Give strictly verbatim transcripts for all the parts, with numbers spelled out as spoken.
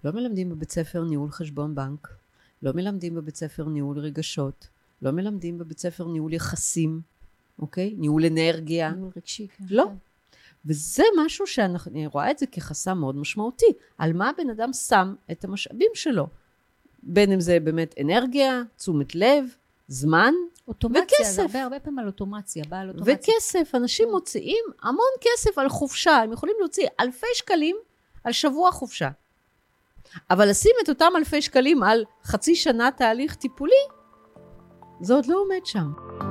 לא מלמדים בבית ספר ניהול חשבון בנק, לא מלמדים בבית ספר ניהול רגשות, לא מלמדים בבית ספר ניהול יחסים, אוקיי? ניהול אנרגיה. ניהול רגשי. כן. לא. וזה משהו שאני רואה את זה כחסם מאוד משמעותי. על מה הבן אדם שם את המשאבים שלו? בין אם זה באמת אנרגיה, תשומת לב, זמן אוטומציה, וכסף. זה הרבה, הרבה פעמים על אוטומציה, בא על אוטומציה. וכסף, אנשים מוציאים המון כסף על חופשה, הם יכולים להוציא אלפי שקלים על שבוע חופשה. אבל לשים את אותם אלפי שקלים על חצי שנה תהליך טיפולי, זה עוד לא עומד שם.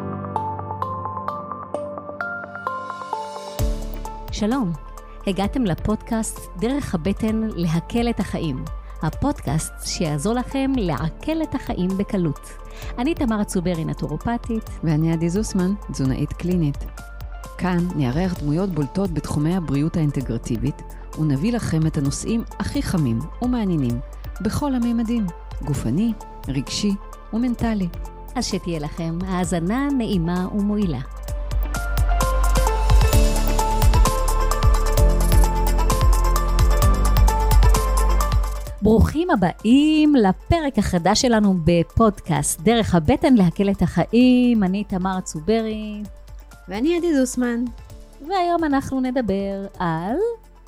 שלום, הגעתם לפודקאסט דרך הבטן להקל את החיים. הפודקאסט שיעזור לכם לעכל את החיים בקלות. אני תמר צוברי, נטורופטית. ואני עדי זוסמן, תזונאית קלינית. כאן נארח דמויות בולטות בתחומי הבריאות האינטגרטיבית, ונביא לכם את הנושאים הכי חמים ומעניינים, בכל הממדים, גופני, רגשי ומנטלי. אז שתהיה לכם האזנה נעימה ומועילה. ברוכים הבאים לפרק החדש שלנו בפודקאסט דרך הבטן להקל את החיים. אני תמר צוברי. ואני עדי זוסמן. והיום אנחנו נדבר על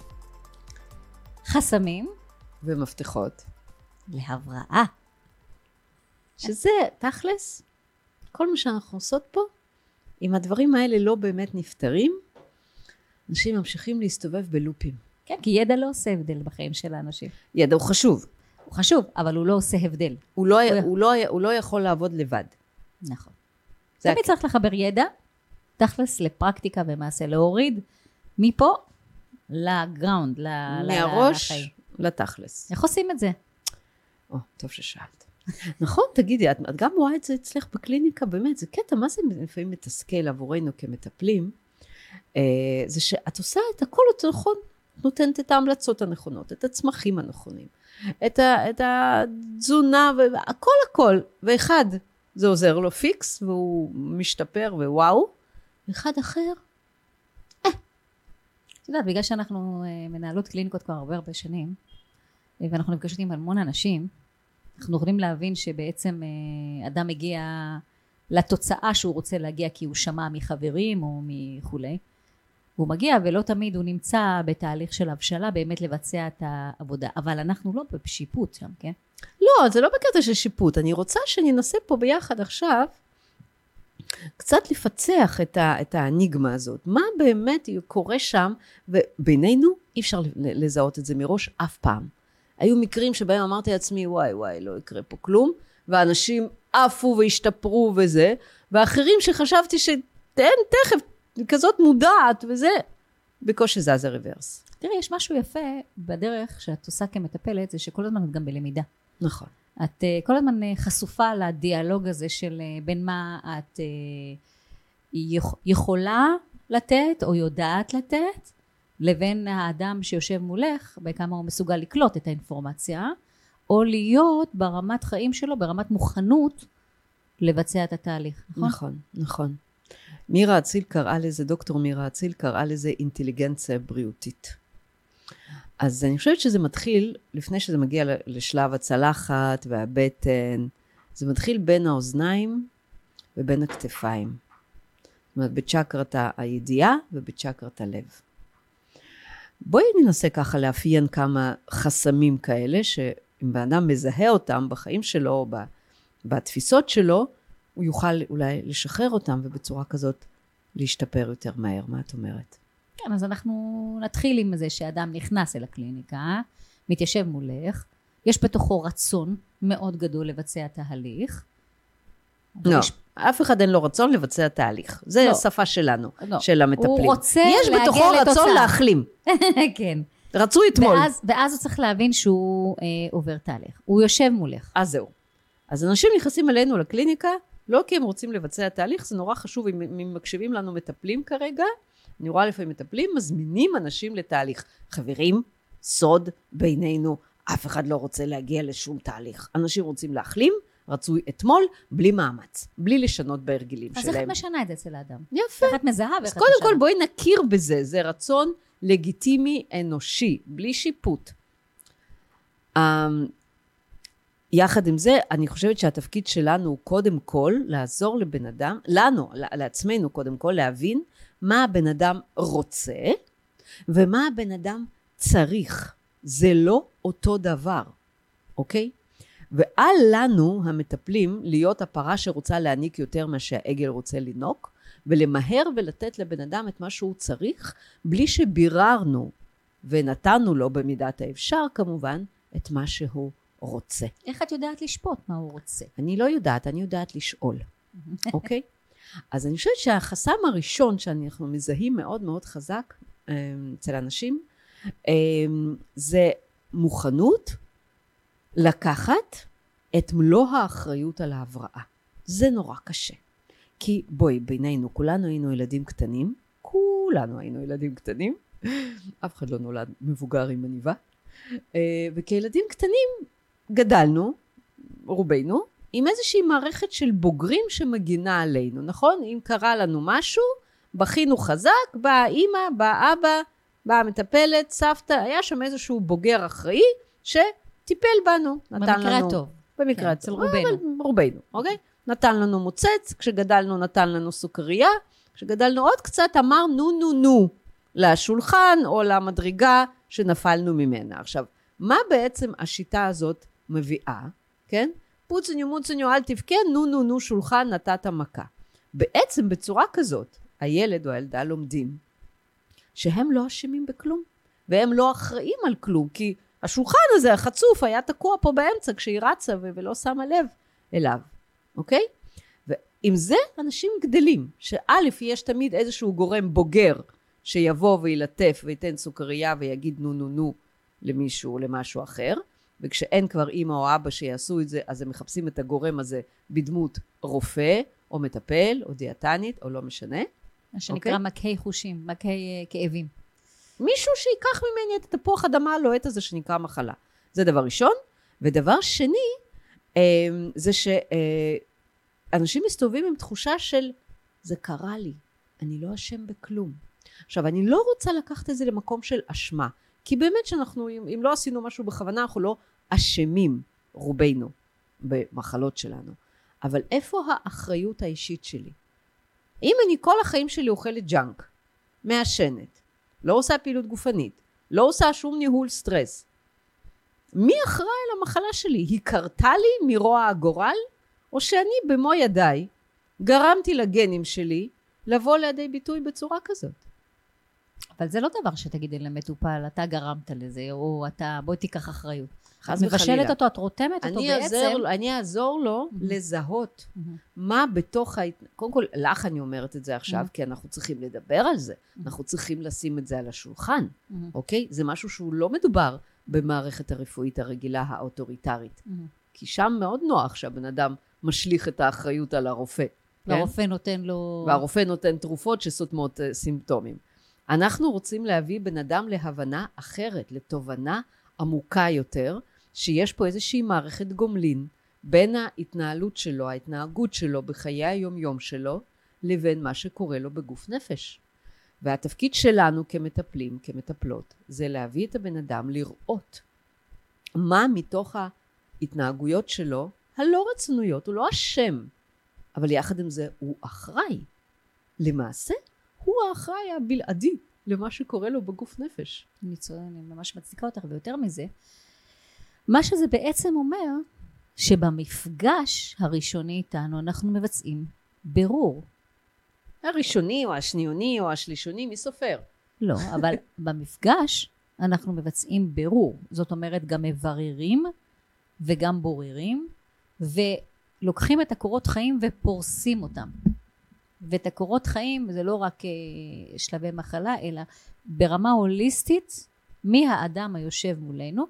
חסמים ומפתחות להבראה. שזה תכלס, כל מה שאנחנו עושות פה, אם הדברים האלה לא באמת נפתרים, אנשים ממשיכים להסתובב בלופים. כן, כי ידע לא עושה הבדל בחיים של האנשים. ידע הוא חשוב. הוא חשוב, אבל הוא לא עושה הבדל. הוא לא, הוא הוא לא, הוא לא יכול לעבוד לבד. נכון. תמיד צריך לחבר ידע, תכלס לפרקטיקה ומעשה, להוריד מפה לגראונד, מהראש לתכלס. איך עושים את זה? או, טוב ששאלת. נכון, תגידי, את, את גם רואה את זה אצלך בקליניקה, באמת, זה קטע, מה זה לפעמים מתסכל עבורנו כמטפלים, אה, זה שאת עושה את הכל אותו נכון, נותנת את ההמלצות הנכונות, את הצמחים הנכונים, את, ה, את התזונה, והכל הכל, ואחד זה עוזר לו פיקס, והוא משתפר ווואו, ואחד אחר, אה. את יודעת, בגלל שאנחנו מנהלות קליניקות כבר הרבה הרבה שנים, ואנחנו נפגשות עם המון אנשים, אנחנו יכולים להבין שבעצם אדם מגיע לתוצאה שהוא רוצה להגיע כי הוא שמע מחברים או מכולי, הוא מגיע ולא תמיד הוא נמצא בתהליך של הבשלה באמת לבצע את העבודה, אבל אנחנו לא בשיפוט שם, כן? לא, זה לא בקטע של שיפוט, אני רוצה שננסה פה ביחד עכשיו, קצת לפצח את, ה, את האניגמה הזאת, מה באמת קורה שם, ובינינו אי אפשר לזהות את זה מראש אף פעם. היו מקרים שבהם אמרתי לעצמי, וואי וואי, לא יקרה פה כלום, ואנשים עפו והשתפרו וזה, ואחרים שחשבתי שתן תכף, כזאת מודעת וזה, בקושי זה זה רוורס. תראי, יש משהו יפה בדרך שאת עושה כמטפלת, זה שכל הזמן את גם בלמידה. נכון. את כל הזמן חשופה לדיאלוג הזה של בין מה את יכולה לתת או יודעת לתת, לבין האדם שיושב מולך, בכמה הוא מסוגל לקלוט את האינפורמציה, או להיות ברמת חיים שלו, ברמת מוכנות לבצע את התהליך. נכון? נכון, נכון. מירה אציל קראה לזה, דוקטור מירה אציל קראה לזה אינטליגנציה בריאותית. אז אני חושבת שזה מתחיל, לפני שזה מגיע לשלב הצלחת והבטן, זה מתחיל בין האוזניים ובין הכתפיים. זאת אומרת, בצ'קרת הידיעה ובצ'קרת הלב. בואי ננסה ככה לאפיין כמה חסמים כאלה, שאם באדם מזהה אותם בחיים שלו, או בתפיסות שלו, הוא יוכל אולי לשחרר אותם, ובצורה כזאת להשתפר יותר מהר. מה את אומרת? כן, אז אנחנו נתחיל עם זה שאדם נכנס אל הקליניקה, מתיישב מולך, יש בתוכו רצון מאוד גדול לבצע תהליך. לא, יש... אף אחד אין לו רצון לבצע תהליך. זה לא. השפה שלנו, לא. של המטפלים. הוא רוצה יש בתוכו רצון להחלים. כן. רצו אתמול. ואז, ואז הוא צריך להבין שהוא אה, עובר תהליך. הוא יושב מולך. אז זהו. אז אנשים נכנסים אלינו לקליניקה, לא כי הם רוצים לבצע תהליך, זה נורא חשוב, אם, אם מקשיבים לנו מטפלים כרגע, אני רואה לפעמים מטפלים, מזמינים אנשים לתהליך. חברים, סוד בינינו, אף אחד לא רוצה להגיע לשום תהליך. אנשים רוצים להחלים, רצוי אתמול, בלי מאמץ, בלי לשנות בהרגלים אז שלהם. אז איך את משנה את זה אצל האדם? יפה. איך את מזהה ואיך אז את קודם משנה? כל בואי נכיר בזה, זה רצון לגיטימי אנושי, בלי שיפוט. יחד עם זה, אני חושבת שהתפקיד שלנו הוא קודם כל לעזור לבן אדם, לנו, לעצמנו קודם כל, להבין מה הבן אדם רוצה, ומה הבן אדם צריך. זה לא אותו דבר, אוקיי? ועל לנו המטפלים להיות הפרה שרוצה להעניק יותר מה שהעגל רוצה לנוק, ולמהר ולתת לבן אדם את מה שהוא צריך, בלי שביררנו ונתנו לו במידת האפשר כמובן, את מה שהוא רוצה. איך את יודעת לשפוט מה הוא רוצה? אני לא יודעת, אני יודעת לשאול, אוקיי? אז אני חושבת שהחסם הראשון שאנחנו מזהים מאוד מאוד חזק אצל אנשים, זה מוכנות לקחת את מלוא האחריות על ההבראה. זה נורא קשה. כי בואי, בינינו, כולנו היינו ילדים קטנים, כולנו היינו ילדים קטנים, אף אחד לא נולד מבוגר עם עניבה, וכילדים קטנים גדלנו, רובנו, עם איזושהי מערכת של בוגרים שמגינה עלינו, נכון? אם קרה לנו משהו, בכינו חזק, באה אמא, באה אבא, באה מטפלת, סבתא, היה שם איזשהו בוגר אחראי שטיפל בנו, נתן במקרה לנו... הטוב. במקרה אצל הטוב. רובנו. אבל רובנו, אוקיי? נתן לנו מוצץ, כשגדלנו נתן לנו סוכריה, כשגדלנו עוד קצת אמר נו נו נו לשולחן או למדרגה שנפלנו ממנה. עכשיו, מה בעצם השיטה הזאת מביאה, כן? פוצניו מוצניו אל תבכה, נו נו נו שולחן נתת מכה. בעצם בצורה כזאת, הילד או הילדה לומדים שהם לא אשמים בכלום, והם לא אחראים על כלום, כי השולחן הזה, החצוף, היה תקוע פה באמצע כשהיא רצה ולא שמה לב אליו, אוקיי? ועם זה אנשים גדלים, שא' יש תמיד איזשהו גורם בוגר, שיבוא וילטף וייתן סוכריה ויגיד נו נו נו למישהו או למשהו אחר, וכשאין כבר אמא או אבא שיעשו את זה, אז הם מחפשים את הגורם הזה בדמות רופא, או מטפל, או דיאטנית, או לא משנה. מה שנקרא okay. מקהי חושים, מקהי uh, כאבים. מישהו שיקח ממני את התפוח אדמה הלוהט הזה שנקרא מחלה. זה דבר ראשון. ודבר שני, אה, זה שאנשים מסתובבים עם תחושה של, זה קרה לי, אני לא אשם בכלום. עכשיו, אני לא רוצה לקחת את זה למקום של אשמה, כי באמת שאנחנו, אם, אם לא עשינו משהו בכוונה, אנחנו לא אשמים, רובנו, במחלות שלנו. אבל איפה האחריות האישית שלי? אם אני כל החיים שלי אוכלת ג'אנק, מעשנת, לא עושה פעילות גופנית, לא עושה שום ניהול סטרס, מי אחראי למחלה שלי? היא קרתה לי מרוע הגורל, או שאני במו ידיי גרמתי לגנים שלי לבוא לידי ביטוי בצורה כזאת? אבל זה לא דבר שתגידי למטופל, אתה גרמת לזה, או אתה, בואי תיקח אחריות. את חס מבשלת וחלילה. אותו, את רותמת אותו אני בעצם. אעזור, אני אעזור לו לזהות מה בתוך, ההת... קודם כל, לך אני אומרת את זה עכשיו, כי אנחנו צריכים לדבר על זה, אנחנו צריכים לשים את זה על השולחן, אוקיי? זה משהו שהוא לא מדובר במערכת הרפואית הרגילה האוטוריטרית, כי שם מאוד נוח שהבן אדם משליך את האחריות על הרופא. והרופא נותן לו... והרופא נותן תרופות שסותמות סימפטומים. אנחנו רוצים להביא בן אדם להבנה אחרת, לתובנה עמוקה יותר, שיש פה איזושהי מערכת גומלין בין ההתנהלות שלו, ההתנהגות שלו בחיי היום-יום שלו, לבין מה שקורה לו בגוף נפש. והתפקיד שלנו כמטפלים, כמטפלות, זה להביא את הבן אדם לראות מה מתוך ההתנהגויות שלו, הלא רצוניות, הוא לא אשם, אבל יחד עם זה הוא אחראי. למעשה, הוא האחראי הבלעדי למה שקורה לו בגוף נפש. אני, צועק, אני ממש מצדיקה אותך, ויותר מזה, מה שזה בעצם אומר, שבמפגש הראשוני איתנו אנחנו מבצעים ברור. הראשוני או השניוני או השלישוני, מי סופר? לא, אבל במפגש אנחנו מבצעים ברור. זאת אומרת, גם מבררים וגם בוררים, ולוקחים את הקורות חיים ופורסים אותם. ואת הקורות חיים זה לא רק uh, שלבי מחלה, אלא ברמה הוליסטית, מי האדם היושב מולנו,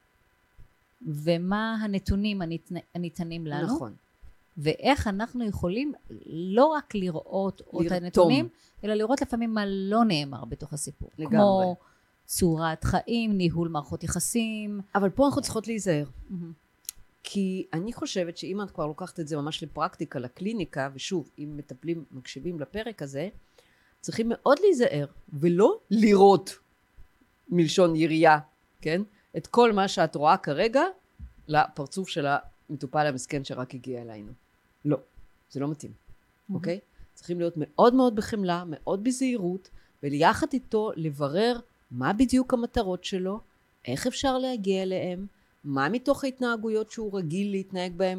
ומה הנתונים הניתנ... הניתנים לנו. נכון. ואיך אנחנו יכולים לא רק לראות את הנתונים, אלא לראות לפעמים מה לא נאמר בתוך הסיפור. לגמרי. כמו צורת חיים, ניהול מערכות יחסים. אבל פה אנחנו צריכות להיזהר. Mm-hmm. כי אני חושבת שאם את כבר לוקחת את זה ממש לפרקטיקה, לקליניקה, ושוב, אם מטפלים, מקשיבים לפרק הזה, צריכים מאוד להיזהר, ולא לראות מלשון ירייה, כן? את כל מה שאת רואה כרגע לפרצוף של המטופל המסכן שרק הגיע אלינו. לא, זה לא מתאים, אוקיי? צריכים להיות מאוד מאוד בחמלה, מאוד בזהירות, וליחד איתו לברר מה בדיוק המטרות שלו, איך אפשר להגיע אליהם, מה מתוך ההתנהגויות שהוא רגיל להתנהג בהם,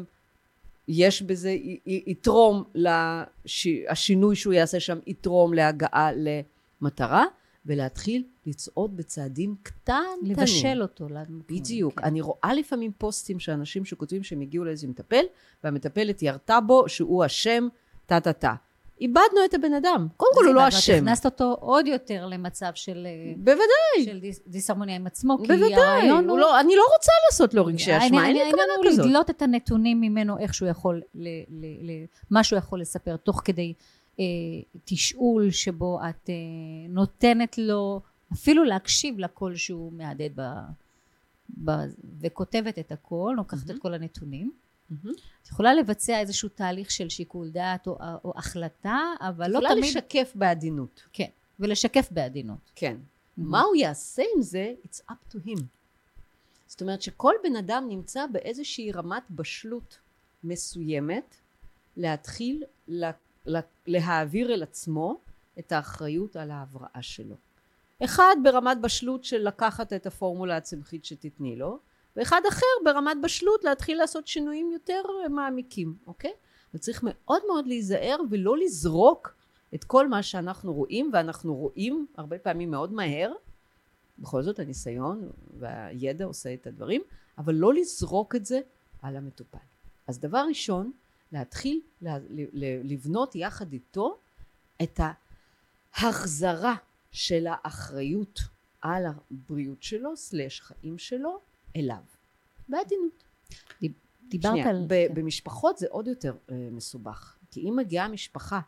יש בזה, י- י- יתרום, לש... השינוי שהוא יעשה שם יתרום להגעה למטרה, ולהתחיל לצעוד בצעדים קטנטנים. לבשל אותו. בדיוק. כן. אני רואה לפעמים פוסטים שאנשים שכותבים שהם הגיעו לאיזה מטפל, והמטפלת ירתה בו שהוא אשם, טה-טה-טה. איבדנו את הבן אדם. קודם כל הוא לא אשם. ואת הכנסת אותו עוד יותר למצב של... בוודאי. של דיס, דיסהרמוניה עם עצמו, כי בוודאי. הרעיון הוא... לא, אני לא רוצה לעשות לו רגשי אשמה, אין לי כוונה העניין כזאת. הוא לדלות את הנתונים ממנו, איך שהוא יכול, ל, ל, ל, מה שהוא יכול לספר, תוך כדי אה, תשאול שבו את אה, נותנת לו, אפילו להקשיב לקול שהוא מהדהד ב, ב, וכותבת את הכל, לוקחת את כל הנתונים. את יכולה לבצע איזשהו תהליך של שיקול דעת או, או החלטה, אבל לא תמיד... יכולה לשקף בעדינות. כן, ולשקף בעדינות. כן. מה הוא יעשה עם זה? It's up to him. זאת אומרת שכל בן אדם נמצא באיזושהי רמת בשלות מסוימת, להתחיל לה, לה, להעביר אל עצמו את האחריות על ההבראה שלו. אחד ברמת בשלות של לקחת את הפורמולה הצמחית שתתני לו, ואחד אחר ברמת בשלות להתחיל לעשות שינויים יותר מעמיקים, אוקיי? וצריך מאוד מאוד להיזהר ולא לזרוק את כל מה שאנחנו רואים, ואנחנו רואים הרבה פעמים מאוד מהר, בכל זאת הניסיון והידע עושה את הדברים, אבל לא לזרוק את זה על המטופל. אז דבר ראשון, להתחיל לבנות יחד איתו את ההחזרה של האחריות על הבריאות שלו, סלש חיים שלו, אליו. בעדינות. דיברת שנייה, על... ב- במשפחות זה עוד יותר אה, מסובך. כי אם מגיעה משפחה,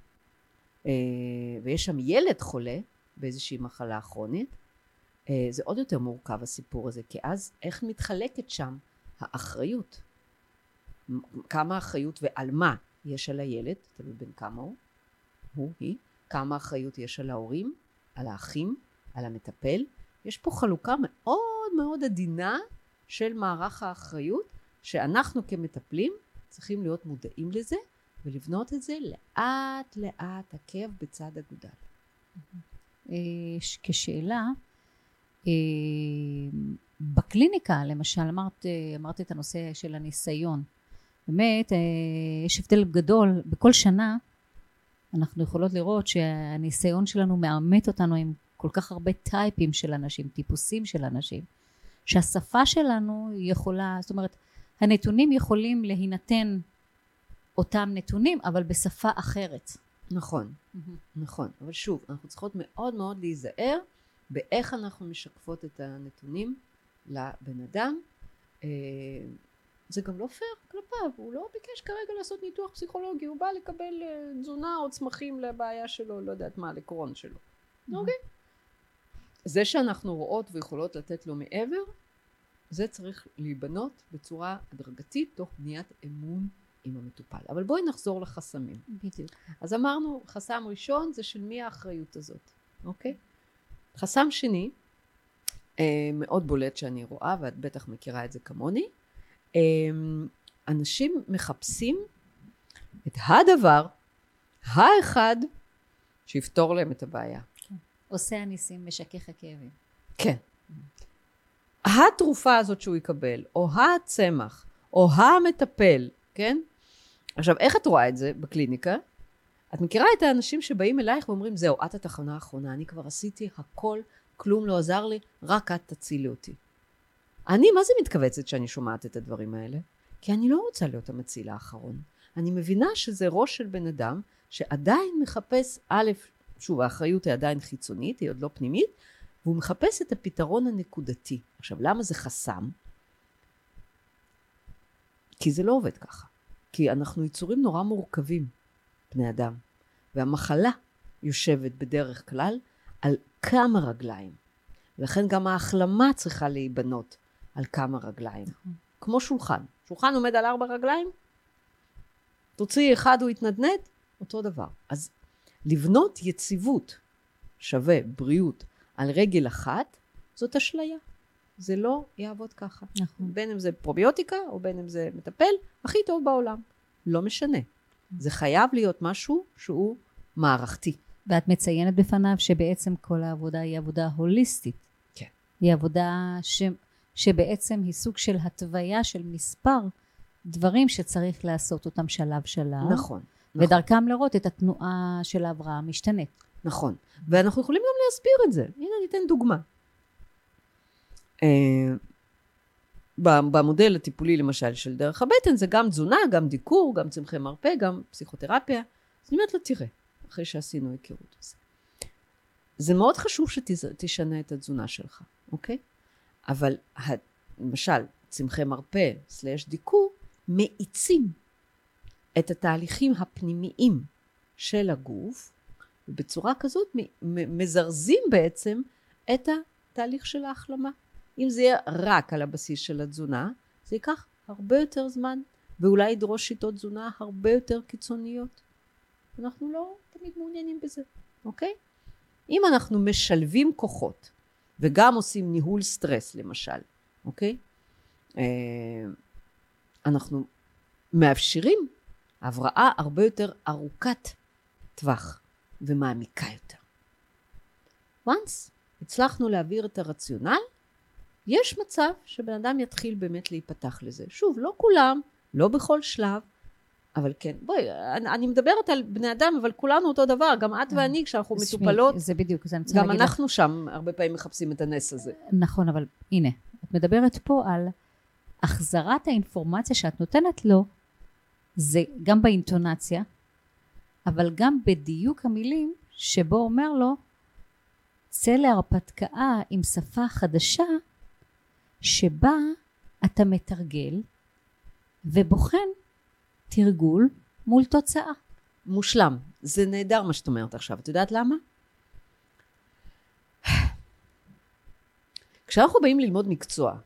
אה, ויש שם ילד חולה, באיזושהי מחלה כרונית, אה, זה עוד יותר מורכב הסיפור הזה, כי אז איך מתחלקת שם האחריות? כמה אחריות ועל מה יש על הילד, תלוי בין כמה הוא, הוא, היא, כמה אחריות יש על ההורים, על האחים, על המטפל. יש פה חלוקה מאוד מאוד עדינה של מערך האחריות, שאנחנו כמטפלים צריכים להיות מודעים לזה, ולבנות את זה לאט לאט עקב בצד אגודל. כשאלה, בקליניקה למשל, אמרת, אמרת את הנושא של הניסיון, באמת יש הבדל גדול, בכל שנה אנחנו יכולות לראות שהניסיון שלנו מאמת אותנו עם כל כך הרבה טייפים של אנשים, טיפוסים של אנשים, שהשפה שלנו יכולה, זאת אומרת, הנתונים יכולים להינתן אותם נתונים, אבל בשפה אחרת. נכון, mm-hmm. נכון. אבל שוב, אנחנו צריכות מאוד מאוד להיזהר באיך אנחנו משקפות את הנתונים לבן אדם. זה גם לא פייר כלפיו, הוא לא ביקש כרגע לעשות ניתוח פסיכולוגי, הוא בא לקבל תזונה או צמחים לבעיה שלו, לא יודעת מה, לקרון שלו. אוקיי? Mm-hmm. זה שאנחנו רואות ויכולות לתת לו מעבר, זה צריך להיבנות בצורה הדרגתית, תוך בניית אמון עם המטופל. אבל בואי נחזור לחסמים. בדיוק. אז אמרנו, חסם ראשון זה של מי האחריות הזאת, אוקיי? חסם שני, מאוד בולט שאני רואה, ואת בטח מכירה את זה כמוני, אנשים מחפשים את הדבר, האחד, שיפתור להם את הבעיה. עושה הניסים, משכך הכאבים. כן. התרופה הזאת שהוא יקבל, או הצמח, או המטפל, כן? עכשיו, איך את רואה את זה בקליניקה? את מכירה את האנשים שבאים אלייך ואומרים, זהו, את התחנה האחרונה, אני כבר עשיתי הכל, כלום לא עזר לי, רק את תצילי אותי. אני, מה זה מתכווצת שאני שומעת את הדברים האלה? כי אני לא רוצה להיות המציל האחרון. אני מבינה שזה ראש של בן אדם, שעדיין מחפש, א', שוב, האחריות היא עדיין חיצונית, היא עוד לא פנימית, והוא מחפש את הפתרון הנקודתי. עכשיו, למה זה חסם? כי זה לא עובד ככה. כי אנחנו יצורים נורא מורכבים, בני אדם. והמחלה יושבת בדרך כלל על כמה רגליים. ולכן גם ההחלמה צריכה להיבנות על כמה רגליים. כמו שולחן. שולחן עומד על ארבע רגליים, תוציאי אחד הוא יתנדנד, אותו דבר. אז לבנות יציבות שווה בריאות על רגל אחת, זאת אשליה. זה לא יעבוד ככה. נכון. בין אם זה פרוביוטיקה, או בין אם זה מטפל, הכי טוב בעולם. לא משנה. זה חייב להיות משהו שהוא מערכתי. ואת מציינת בפניו שבעצם כל העבודה היא עבודה הוליסטית. כן. היא עבודה ש... שבעצם היא סוג של התוויה של מספר דברים שצריך לעשות אותם שלב שלב. נכון. ודרכם נכון. לראות את התנועה של ההבראה משתנית. נכון. ואנחנו יכולים גם להסביר את זה. הנה ניתן דוגמה. במודל הטיפולי למשל של דרך הבטן, זה גם תזונה, גם דיקור, גם צמחי מרפא, גם פסיכותרפיה. אז אני אומרת לו, תראה, אחרי שעשינו היכרות הזה. זה מאוד חשוב שתשנה את התזונה שלך, אוקיי? אבל למשל, צמחי מרפא סלש דיקור, מאיצים את התהליכים הפנימיים של הגוף, ובצורה כזאת מזרזים בעצם את התהליך של ההחלמה. אם זה יהיה רק על הבסיס של התזונה, זה ייקח הרבה יותר זמן, ואולי ידרוש שיטות תזונה הרבה יותר קיצוניות. אנחנו לא תמיד מעוניינים בזה, אוקיי? אם אנחנו משלבים כוחות, וגם עושים ניהול סטרס למשל, אוקיי? אנחנו מאפשרים הבראה הרבה יותר ארוכת טווח ומעמיקה יותר. once הצלחנו להעביר את הרציונל, יש מצב שבן אדם יתחיל באמת להיפתח לזה. שוב, לא כולם, לא בכל שלב, אבל כן, בואי, אני, אני מדברת על בני אדם, אבל כולנו אותו דבר, גם את ואני, כשאנחנו מטופלות, זה בדיוק, זה גם אנחנו לך. שם הרבה פעמים מחפשים את הנס הזה. נכון, אבל הנה, את מדברת פה על החזרת האינפורמציה שאת נותנת לו, זה גם באינטונציה, אבל גם בדיוק המילים, שבו אומר לו, צא להרפתקה עם שפה חדשה, שבה אתה מתרגל, ובוחן תרגול מול תוצאה. מושלם. זה נהדר מה שאת אומרת עכשיו. את יודעת למה? כשאנחנו באים ללמוד מקצוע,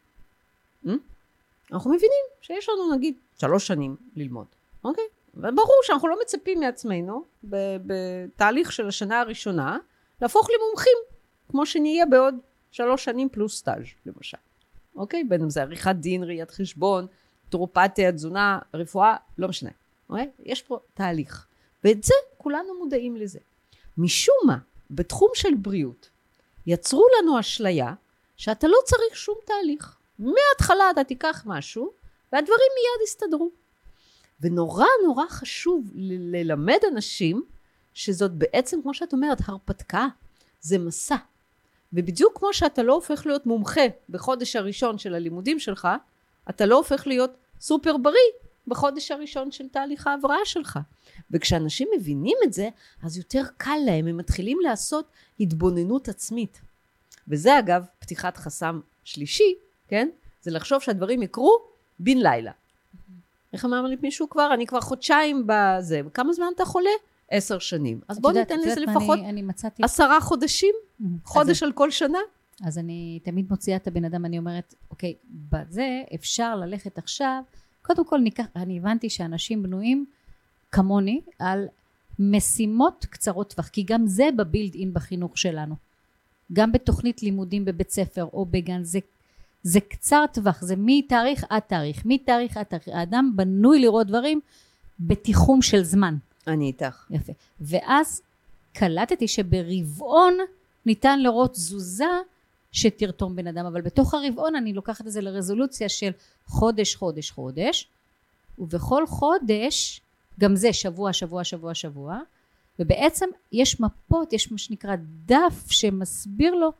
אנחנו מבינים שיש לנו נגיד שלוש שנים ללמוד. אוקיי? וברור שאנחנו לא מצפים מעצמנו, בתהליך של השנה הראשונה, להפוך למומחים, כמו שנהיה בעוד שלוש שנים פלוס סטאז' למשל. אוקיי? בין אם זה עריכת דין, ראיית חשבון, תורופתיה, תזונה, רפואה, לא משנה. אוקיי? יש פה תהליך. ואת זה כולנו מודעים לזה. משום מה, בתחום של בריאות, יצרו לנו אשליה שאתה לא צריך שום תהליך. מההתחלה אתה תיקח משהו, והדברים מיד יסתדרו. ונורא נורא חשוב ל- ללמד אנשים, שזאת בעצם, כמו שאת אומרת, הרפתקה, זה מסע. ובדיוק כמו שאתה לא הופך להיות מומחה בחודש הראשון של הלימודים שלך, אתה לא הופך להיות סופר בריא בחודש הראשון של תהליך ההבראה שלך. וכשאנשים מבינים את זה, אז יותר קל להם, הם מתחילים לעשות התבוננות עצמית. וזה אגב פתיחת חסם שלישי, כן? זה לחשוב שהדברים יקרו בן לילה. איך אמר לי מישהו כבר? אני כבר חודשיים בזה. כמה זמן אתה חולה? עשר שנים. אז בוא ניתן לזה לפחות עשרה חודשים, חודש על כל שנה. אז אני תמיד מוציאה את הבן אדם, אני אומרת, אוקיי, בזה אפשר ללכת עכשיו, קודם כל ניקח, אני הבנתי שאנשים בנויים כמוני על משימות קצרות טווח, כי גם זה בבילד אין בחינוך שלנו. גם בתוכנית לימודים בבית ספר או בגן, זה, זה קצר טווח, זה מתאריך עד תאריך, מתאריך עד תאריך. האדם בנוי לראות דברים בתיחום של זמן. אני איתך. יפה. ואז קלטתי שברבעון ניתן לראות תזוזה שתרתום בן אדם, אבל בתוך הרבעון אני לוקחת את זה לרזולוציה של חודש, חודש, חודש, ובכל חודש, גם זה שבוע, שבוע, שבוע, שבוע, ובעצם יש מפות, יש מה שנקרא דף שמסביר לו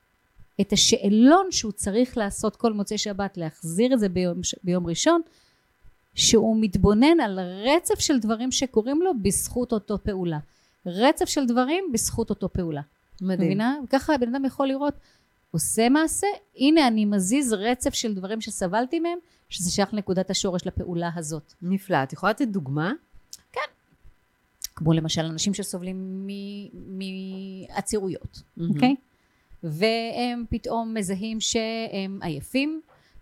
את השאלון שהוא צריך לעשות כל מוצאי שבת, להחזיר את זה ביום, ביום ראשון, שהוא מתבונן על רצף של דברים שקורים לו בזכות אותו פעולה. רצף של דברים בזכות אותו פעולה. מדהים. מבינה? וככה הבן אדם יכול לראות, עושה מעשה, הנה אני מזיז רצף של דברים שסבלתי מהם, שזה שייך לנקודת השורש לפעולה הזאת. נפלא. את יכולה לתת דוגמה? כן. כמו למשל אנשים שסובלים מעצירויות, אוקיי? והם פתאום מזהים שהם עייפים,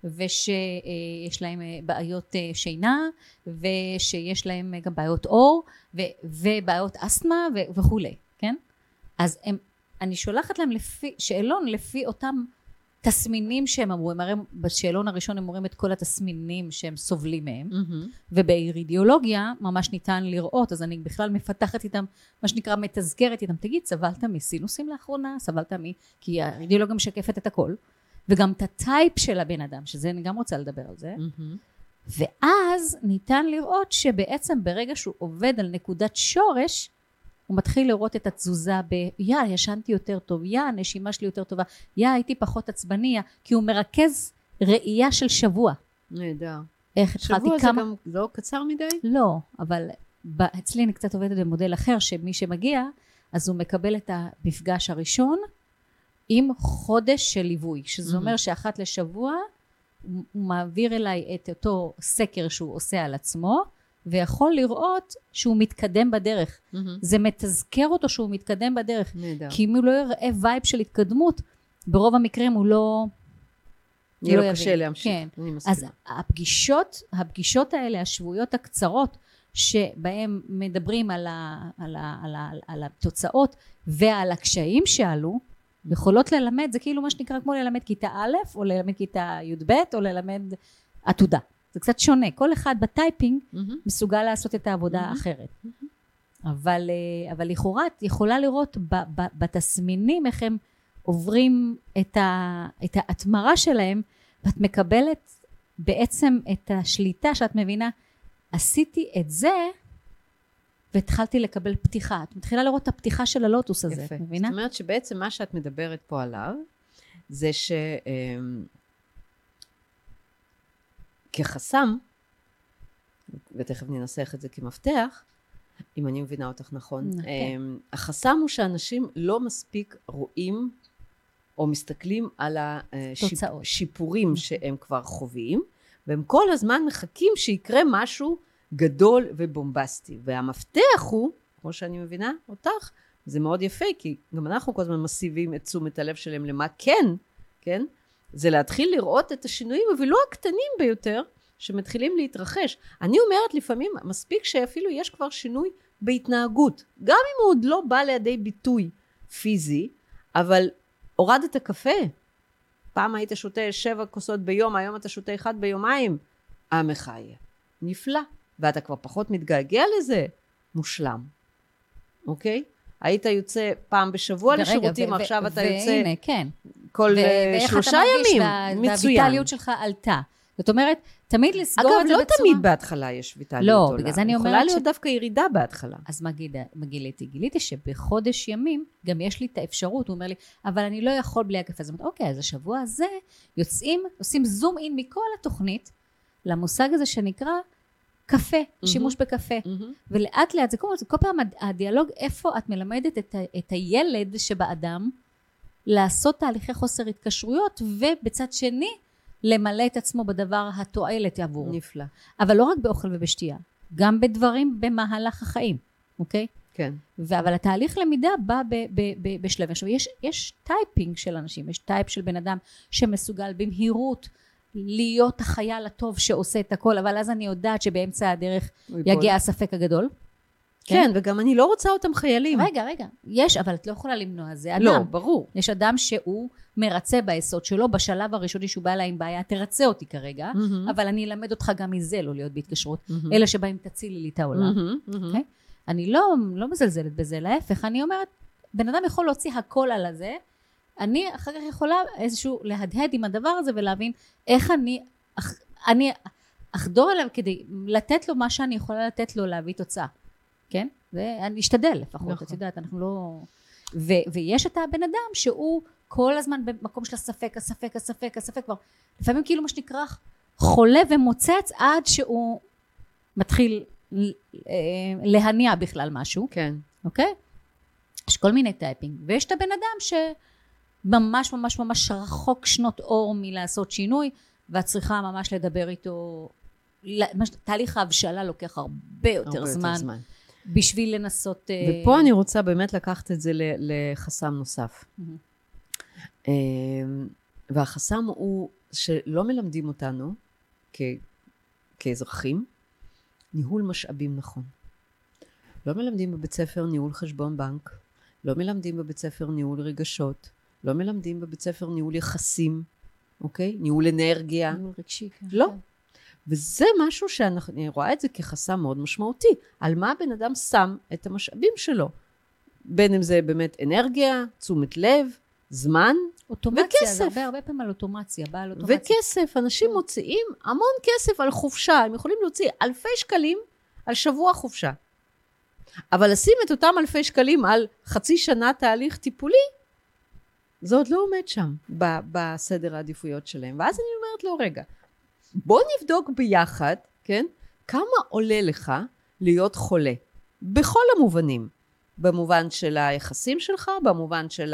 ושיש להם בעיות שינה, ושיש להם גם בעיות אור, ובעיות אסתמה וכו', כן? אז הם, אני שולחת להם לפי, שאלון לפי אותם תסמינים שהם אמרו, הם הרי בשאלון הראשון הם אומרים את כל התסמינים שהם סובלים מהם, מהמם. ובאירידיאולוגיה ממש ניתן לראות, אז אני בכלל מפתחת איתם, מה שנקרא מתזכרת איתם, תגיד, סבלת מסינוסים לאחרונה, סבלת מ... כי האירידיאולוגיה משקפת את הכל, וגם את הטייפ של הבן אדם, שזה אני גם רוצה לדבר על זה, מהמם. ואז ניתן לראות שבעצם ברגע שהוא עובד על נקודת שורש, הוא מתחיל לראות את התזוזה ב, יא, ישנתי יותר טוב, יא, הנשימה שלי יותר טובה, יא, הייתי פחות עצבני, יא, כי הוא מרכז ראייה של שבוע. נהדר. איך התחלתי שבוע כמה... זה גם לא קצר מדי? לא, אבל ב... אצלי אני קצת עובדת במודל אחר, שמי שמגיע, אז הוא מקבל את המפגש הראשון, עם חודש של ליווי, שזה אומר שאחת לשבוע, הוא מעביר אליי את אותו סקר שהוא עושה על עצמו, ויכול לראות שהוא מתקדם בדרך. מהמם. זה מתזכר אותו שהוא מתקדם בדרך. נהדר. כי אם הוא לא יראה וייב של התקדמות, ברוב המקרים הוא לא... יהיה לא לו יבין. קשה להמשיך. כן. אני אז מסכימה. הפגישות, הפגישות האלה, השבועיות הקצרות, שבהם מדברים על, ה, על, ה, על, ה, על התוצאות ועל הקשיים שעלו, יכולות ללמד, זה כאילו מה שנקרא כמו ללמד כיתה א', או ללמד כיתה י' ב', או ללמד עתודה. זה קצת שונה. כל אחד בטייפינג מהמם. מסוגל לעשות את העבודה מהמם. האחרת. אבל, אבל לכאורה את יכולה לראות ב, ב, בתסמינים איך הם עוברים את, ה, את ההתמרה שלהם, ואת מקבלת בעצם את השליטה שאת מבינה, עשיתי את זה, והתחלתי לקבל פתיחה. את מתחילה לראות את הפתיחה של הלוטוס הזה, יפה. את מבינה? זאת אומרת שבעצם מה שאת מדברת פה עליו, זה ש... אמ, כחסם, ותכף ננסח את זה כמפתח, אם אני מבינה אותך נכון, כן. אמ, החסם הוא שאנשים לא מספיק רואים, או מסתכלים על תוצאות. השיפורים שהם כבר חווים, והם כל הזמן מחכים שיקרה משהו גדול ובומבסטי. והמפתח הוא, כמו שאני מבינה אותך, זה מאוד יפה, כי גם אנחנו כל הזמן מסיבים את תשומת הלב שלהם למה כן, כן? זה להתחיל לראות את השינויים, אבל לא הקטנים ביותר, שמתחילים להתרחש. אני אומרת לפעמים, מספיק שאפילו יש כבר שינוי בהתנהגות, גם אם הוא עוד לא בא לידי ביטוי פיזי, אבל הורדת הקפה, פעם היית שותה שבע כוסות ביום, היום אתה שותה אחד ביומיים, המחיה, נפלא, ואתה כבר פחות מתגעגע לזה, מושלם, אוקיי? היית יוצא פעם בשבוע ורגע, לשירותים, ו- עכשיו ו- אתה והנה, יוצא כן. כל ו- אה, ואיך שלושה אתה מרגיש, ימים, וה- מצוין. והויטליות שלך עלתה. זאת אומרת, תמיד לסגור אגב, את זה לא בצורה... תמיד בהתחלה יש ויטליות לא, עולה. בגלל זה אני יכולה אומרת להיות ש- דווקא ירידה בהתחלה. אז מה גיל- מה גיליתי? גיליתי שבחודש ימים גם יש לי את האפשרות, הוא אומר לי, אבל אני לא יכול בלי הקפה. אז אני אומרת, אוקיי, אז השבוע הזה יוצאים, עושים זום אין מכל התוכנית, למושג הזה שנקרא קפה, שימוש בקפה. מהמם. ולאט לאט, זה כל, זה כל פעם הד- הדיאלוג, איפה את מלמדת את, ה- את הילד שבאדם, לעשות תהליכי חוסר התקשרויות, ובצד שני, למלא את עצמו בדבר התועלת עבורו. נפלא. אבל לא רק באוכל ובשתייה, גם בדברים במהלך החיים, אוקיי? כן. ו- אבל התהליך למידה בא ב- ב- ב- בשלבים. עכשיו, יש, יש טייפינג של אנשים, יש טייפ של בן אדם שמסוגל במהירות להיות החייל הטוב שעושה את הכל, אבל אז אני יודעת שבאמצע הדרך יגיע הספק הגדול. כן, וגם אני לא רוצה אותם חיילים. רגע, רגע, יש, אבל את לא יכולה למנוע, זה אדם. לא, ברור. יש אדם שהוא מרצה ביסוד שלו, בשלב הראשוני שהוא בא אליי עם בעיה, תרצה אותי כרגע, מהמם. אבל אני אלמד אותך גם מזה לא להיות בהתקשרות, מהמם. אלה שבאים תצילי לי את העולם. מהמם, מהמם. אוקיי? אני לא, לא מזלזלת בזה, להפך, אני אומרת, בן אדם יכול להוציא הכל על הזה, אני אחר כך יכולה איזשהו להדהד עם הדבר הזה ולהבין איך אני, אח, אני אחדור אליו כדי לתת לו מה שאני יכולה לתת לו להביא תוצאה, כן? ואני אשתדל לפחות, נכון. את יודעת, אנחנו לא... ו, ויש את הבן אדם שהוא כל הזמן במקום של הספק, הספק, הספק, הספק, כבר לפעמים כאילו מה שנקרא חולה ומוצץ עד שהוא מתחיל להניע בכלל משהו, כן. אוקיי? יש כל מיני טייפינג, ויש את הבן אדם שממש ממש ממש רחוק שנות אור מלעשות שינוי, ואת צריכה ממש לדבר איתו, תהליך ההבשלה לוקח הרבה יותר זמן, זמן. בשביל לנסות... ופה אני רוצה באמת לקחת את זה לחסם נוסף. והחסם הוא שלא מלמדים אותנו כאזרחים, ניהול משאבים נכון. לא מלמדים בבית ספר ניהול חשבון בנק, לא מלמדים בבית ספר ניהול רגשות, לא מלמדים בבית ספר ניהול יחסים, אוקיי? ניהול אנרגיה. ניהול רגשי. כן. לא. וזה משהו שאני רואה את זה כחסם מאוד משמעותי. על מה בן אדם שם את המשאבים שלו? בין אם זה באמת אנרגיה, תשומת לב, זמן אוטומציה, וכסף. זה הרבה הרבה פעמים על אוטומציה, בא על אוטומציה. וכסף, אנשים מוציאים המון כסף על חופשה, הם יכולים להוציא אלפי שקלים על שבוע חופשה. אבל לשים את אותם אלפי שקלים על חצי שנה תהליך טיפולי, זה עוד לא עומד שם ב- בסדר העדיפויות שלהם. ואז אני אומרת לו, רגע, בוא נבדוק ביחד, כן? כמה עולה לך להיות חולה? בכל המובנים. במובן של היחסים שלך, במובן של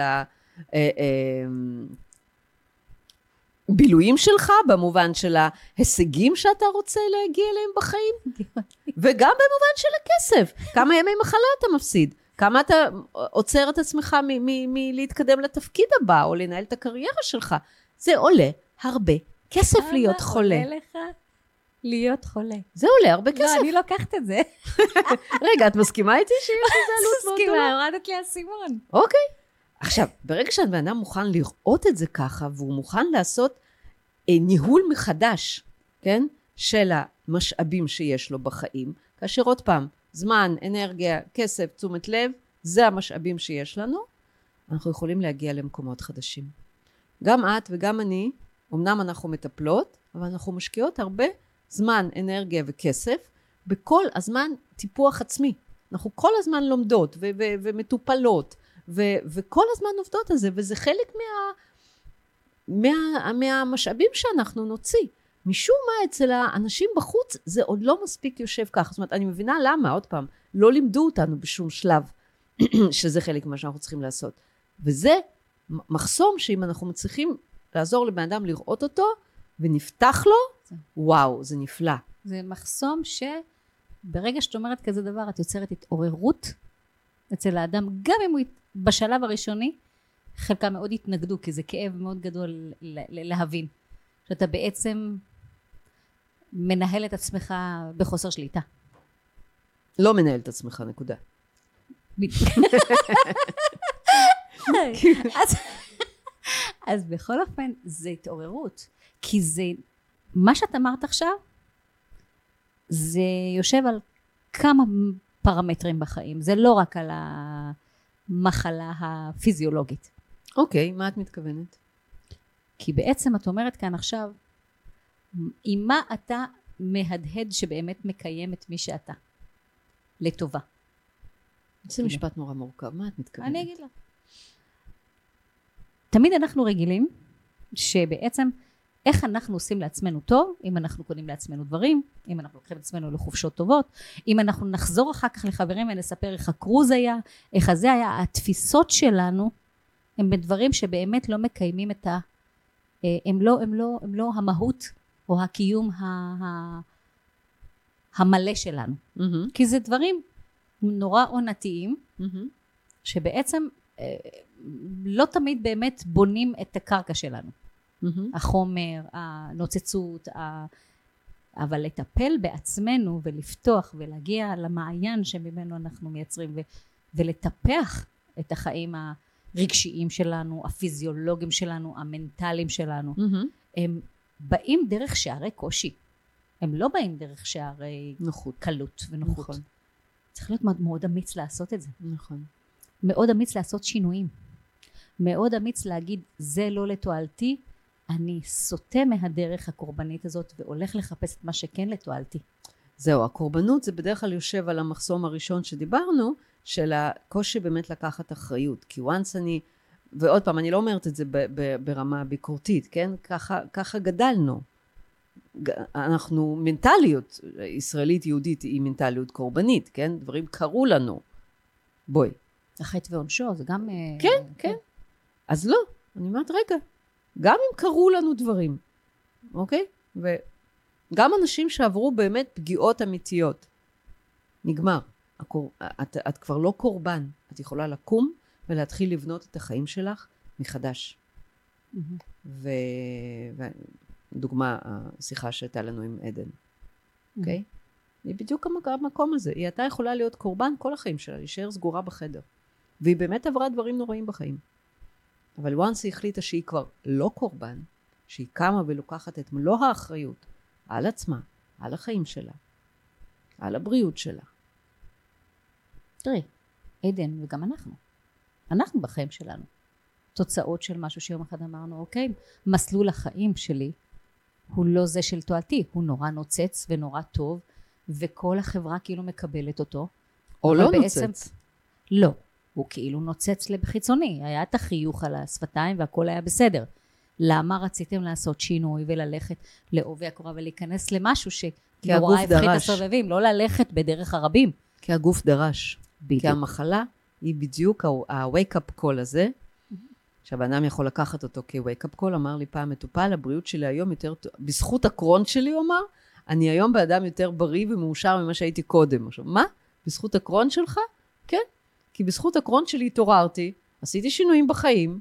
הבילויים שלך, במובן של ההישגים שאתה רוצה להגיע אליהם בחיים, וגם במובן של הכסף. כמה ימי מחלה אתה מפסיד? כמה אתה עוצר את עצמך מלהתקדם לתפקיד הבא, או לנהל את הקריירה שלך? זה עולה הרבה כסף להיות חולה. כמה עולה לך להיות חולה? זה עולה הרבה כסף. לא, אני לוקחת את זה. רגע, את מסכימה איתי שיש לזה עלות מאוד גדולה? מסכימה, הורדת לי הסימון. אוקיי. עכשיו, ברגע שהבן אדם מוכן לראות את זה ככה, והוא מוכן לעשות אה, ניהול מחדש, כן? של המשאבים שיש לו בחיים, כאשר עוד פעם, זמן, אנרגיה, כסף, תשומת לב, זה המשאבים שיש לנו, אנחנו יכולים להגיע למקומות חדשים. גם את וגם אני, אמנם אנחנו מטפלות, אבל אנחנו משקיעות הרבה זמן, אנרגיה וכסף, בכל הזמן טיפוח עצמי. אנחנו כל הזמן לומדות ו- ו- ומטופלות, ו- וכל הזמן עובדות על זה, וזה חלק מה- מה- מהמשאבים שאנחנו נוציא. משום מה אצל האנשים בחוץ זה עוד לא מספיק יושב כך. זאת אומרת, אני מבינה למה, עוד פעם, לא לימדו אותנו בשום שלב שזה חלק ממה שאנחנו צריכים לעשות. וזה מחסום שאם אנחנו מצליחים לעזור לבן אדם לראות אותו, ונפתח לו, זה. וואו, זה נפלא. זה מחסום שברגע שאת אומרת כזה דבר, את יוצרת התעוררות אצל האדם, גם אם הוא בשלב הראשוני, חלקם מאוד התנגדו, כי זה כאב מאוד גדול להבין. שאתה בעצם מנהל את עצמך בחוסר שליטה. לא מנהל את עצמך, נקודה. אז, אז בכל אופן זה התעוררות, כי זה, מה שאת אמרת עכשיו, זה יושב על כמה פרמטרים בחיים, זה לא רק על המחלה הפיזיולוגית. אוקיי, מה את מתכוונת? כי בעצם את אומרת כאן עכשיו, עם מה אתה מהדהד שבאמת מקיים את מי שאתה, לטובה. זה משפט נורא מורכב, מה את מתכוונת? אני אגיד לך. תמיד אנחנו רגילים, שבעצם איך אנחנו עושים לעצמנו טוב, אם אנחנו קונים לעצמנו דברים, אם אנחנו לוקחים את עצמנו לחופשות טובות, אם אנחנו נחזור אחר כך לחברים ונספר איך הקרוז היה, איך הזה היה, התפיסות שלנו, הם בדברים שבאמת לא מקיימים את ה... הם לא, הם לא, הם לא המהות או הקיום ה, ה, המלא שלנו. Mm-hmm. כי זה דברים נורא עונתיים, mm-hmm. שבעצם לא תמיד באמת בונים את הקרקע שלנו. Mm-hmm. החומר, הנוצצות, ה... אבל לטפל בעצמנו ולפתוח ולהגיע למעיין שממנו אנחנו מייצרים ו... ולטפח את החיים ה... רגשיים שלנו, הפיזיולוגיים שלנו, המנטליים שלנו, mm-hmm. הם באים דרך שערי קושי. הם לא באים דרך שערי נוחות. קלות ונוחות. נכון. צריך להיות מאוד, מאוד אמיץ לעשות את זה. נכון. מאוד אמיץ לעשות שינויים. מאוד אמיץ להגיד, זה לא לתועלתי, אני סוטה מהדרך הקורבנית הזאת, והולך לחפש את מה שכן לתועלתי. זהו, הקורבנות זה בדרך כלל יושב על המחסום הראשון שדיברנו, של הקושי באמת לקחת אחריות, כי once אני, ועוד פעם, אני לא אומרת את זה ב- ב- ברמה ביקורתית, כן? ככה, ככה גדלנו. אנחנו, מנטליות ישראלית יהודית היא מנטליות קורבנית, כן? דברים קרו לנו. בואי. החטא ועונשו, זה גם... כן, כן. כן. אז לא, אני אומרת, רגע, גם אם קרו לנו דברים, אוקיי? וגם אנשים שעברו באמת פגיעות אמיתיות, נגמר. הקור... את, את כבר לא קורבן, את יכולה לקום ולהתחיל לבנות את החיים שלך מחדש. Mm-hmm. ודוגמה, השיחה שהייתה לנו עם עדן, אוקיי? Mm-hmm. היא בדיוק המקום הזה, היא הייתה יכולה להיות קורבן כל החיים שלה, להישאר סגורה בחדר, והיא באמת עברה דברים נוראים בחיים. אבל once היא החליטה שהיא כבר לא קורבן, שהיא קמה ולוקחת את מלוא האחריות על עצמה, על החיים שלה, על הבריאות שלה. תראי, עדן וגם אנחנו. אנחנו בחיים שלנו. תוצאות של משהו שיום אחד אמרנו, אוקיי, מסלול החיים שלי הוא לא זה של תועלתי, הוא נורא נוצץ ונורא טוב, וכל החברה כאילו מקבלת אותו. או לא בעצם, נוצץ. לא, הוא כאילו נוצץ לחיצוני, היה את החיוך על השפתיים והכל היה בסדר. למה רציתם לעשות שינוי וללכת לעובי הקורה ולהיכנס למשהו שנורא הפחית הסובבים, לא ללכת בדרך הרבים? כי הגוף דרש. בדיוק. כי המחלה היא בדיוק ה-wake-up call הזה, שהבנאדם יכול לקחת אותו כ-wake-up call, אמר לי פעם מטופל, הבריאות שלי היום יותר, בזכות הקרון שלי הוא אמר, אני היום באדם יותר בריא ומאושר ממה שהייתי קודם. עכשיו, מה? בזכות הקרון שלך? כן. כי בזכות הקרון שלי התעוררתי, עשיתי שינויים בחיים,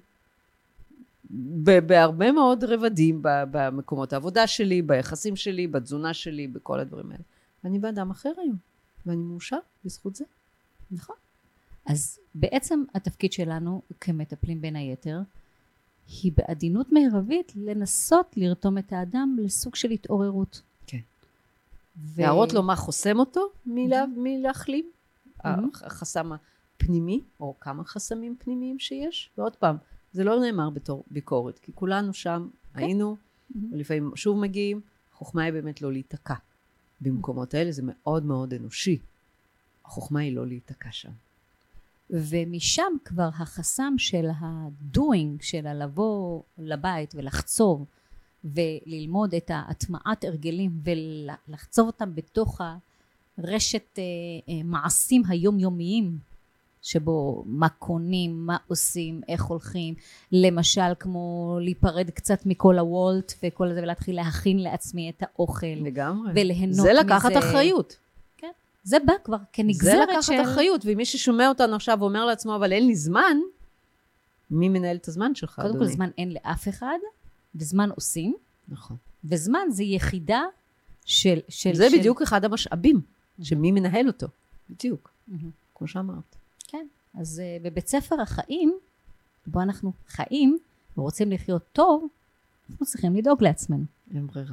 בהרבה מאוד רבדים, במקומות העבודה שלי, ביחסים שלי, בתזונה שלי, בכל הדברים האלה. ואני באדם אחר היום, ואני מאושר בזכות זה. נכון. אז בעצם התפקיד שלנו כמטפלים בין היתר, היא בעדינות מרבית לנסות לרתום את האדם לסוג של התעוררות. כן. ו... להראות לו מה חוסם אותו מלה, Mm-hmm. מלהחלים. Mm-hmm. החסם הפנימי, או כמה חסמים פנימיים שיש. ועוד פעם, זה לא נאמר בתור ביקורת, כי כולנו שם okay. היינו, mm-hmm. ולפעמים שוב מגיעים, החוכמה היא באמת לא להיתקע. במקומות האלה זה מאוד מאוד אנושי. החוכמה היא לא להיתקע שם. ומשם כבר החסם של ה-doing, של הלבוא לבית ולחצוב, וללמוד את ההטמעת הרגלים, ולחצוב אותם בתוך הרשת מעשים היומיומיים, שבו מה קונים, מה עושים, איך הולכים, למשל כמו להיפרד קצת מכל הוולט, וכל זה, ולהתחיל להכין לעצמי את האוכל. לגמרי. וליהנות מזה. זה לקחת אחריות. זה בא כבר כנגזרת של... זה לקחת אחריות, ומי ששומע אותנו עכשיו ואומר לעצמו, אבל אין לי זמן, מי מנהל את הזמן שלך, אדוני? קודם כל זמן אין לאף אחד, וזמן עושים. נכון. וזמן זה יחידה של... של זה של... בדיוק אחד המשאבים, שמי מנהל אותו. בדיוק. כמו שאמרת. כן. אז בבית ספר החיים, בו אנחנו חיים, ורוצים לחיות טוב, אנחנו צריכים לדאוג לעצמנו. אין ברירה.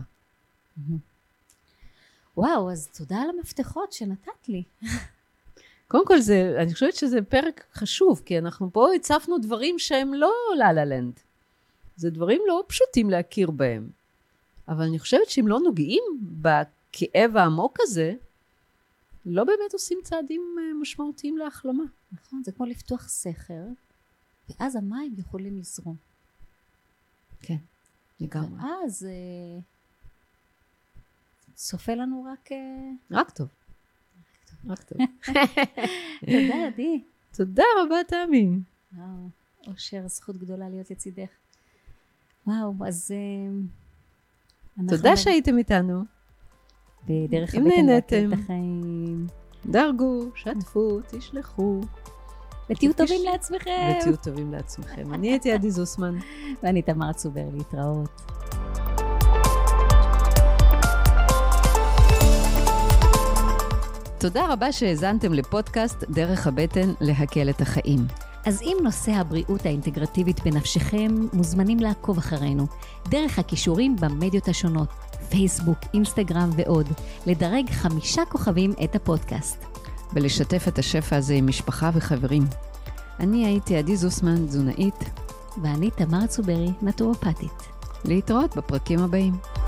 וואו, אז תודה על המפתחות שנתת לי. קודם כל, זה, אני חושבת שזה פרק חשוב, כי אנחנו פה הצפנו דברים שהם לא לה-לה-לנד. זה דברים לא פשוטים להכיר בהם. אבל אני חושבת שאם לא נוגעים בכאב העמוק הזה, לא באמת עושים צעדים משמעותיים להחלמה. נכון, זה כמו לפתוח סכר, ואז המים יכולים לזרום. כן, לגמרי. ואז... סופה לנו רק... רק טוב. רק טוב. תודה, עדי. תודה רבה, תמי. וואו, אושר, זכות גדולה להיות לצידך. וואו, אז... תודה שהייתם איתנו. בדרך הבטן להקל את החיים. דרגו, שתפו, תשלחו. ותהיו טובים לעצמכם. ותהיו טובים לעצמכם. אני הייתי עדי זוסמן. ואני תמר צובר, להתראות. תודה רבה שהאזנתם לפודקאסט דרך הבטן להקל את החיים. אז אם נושא הבריאות האינטגרטיבית בנפשכם, מוזמנים לעקוב אחרינו, דרך הכישורים במדיות השונות, פייסבוק, אינסטגרם ועוד, לדרג חמישה כוכבים את הפודקאסט. ולשתף את השפע הזה עם משפחה וחברים. אני הייתי עדי זוסמן, תזונאית. ואני תמר צוברי, נטורופטית. להתראות בפרקים הבאים.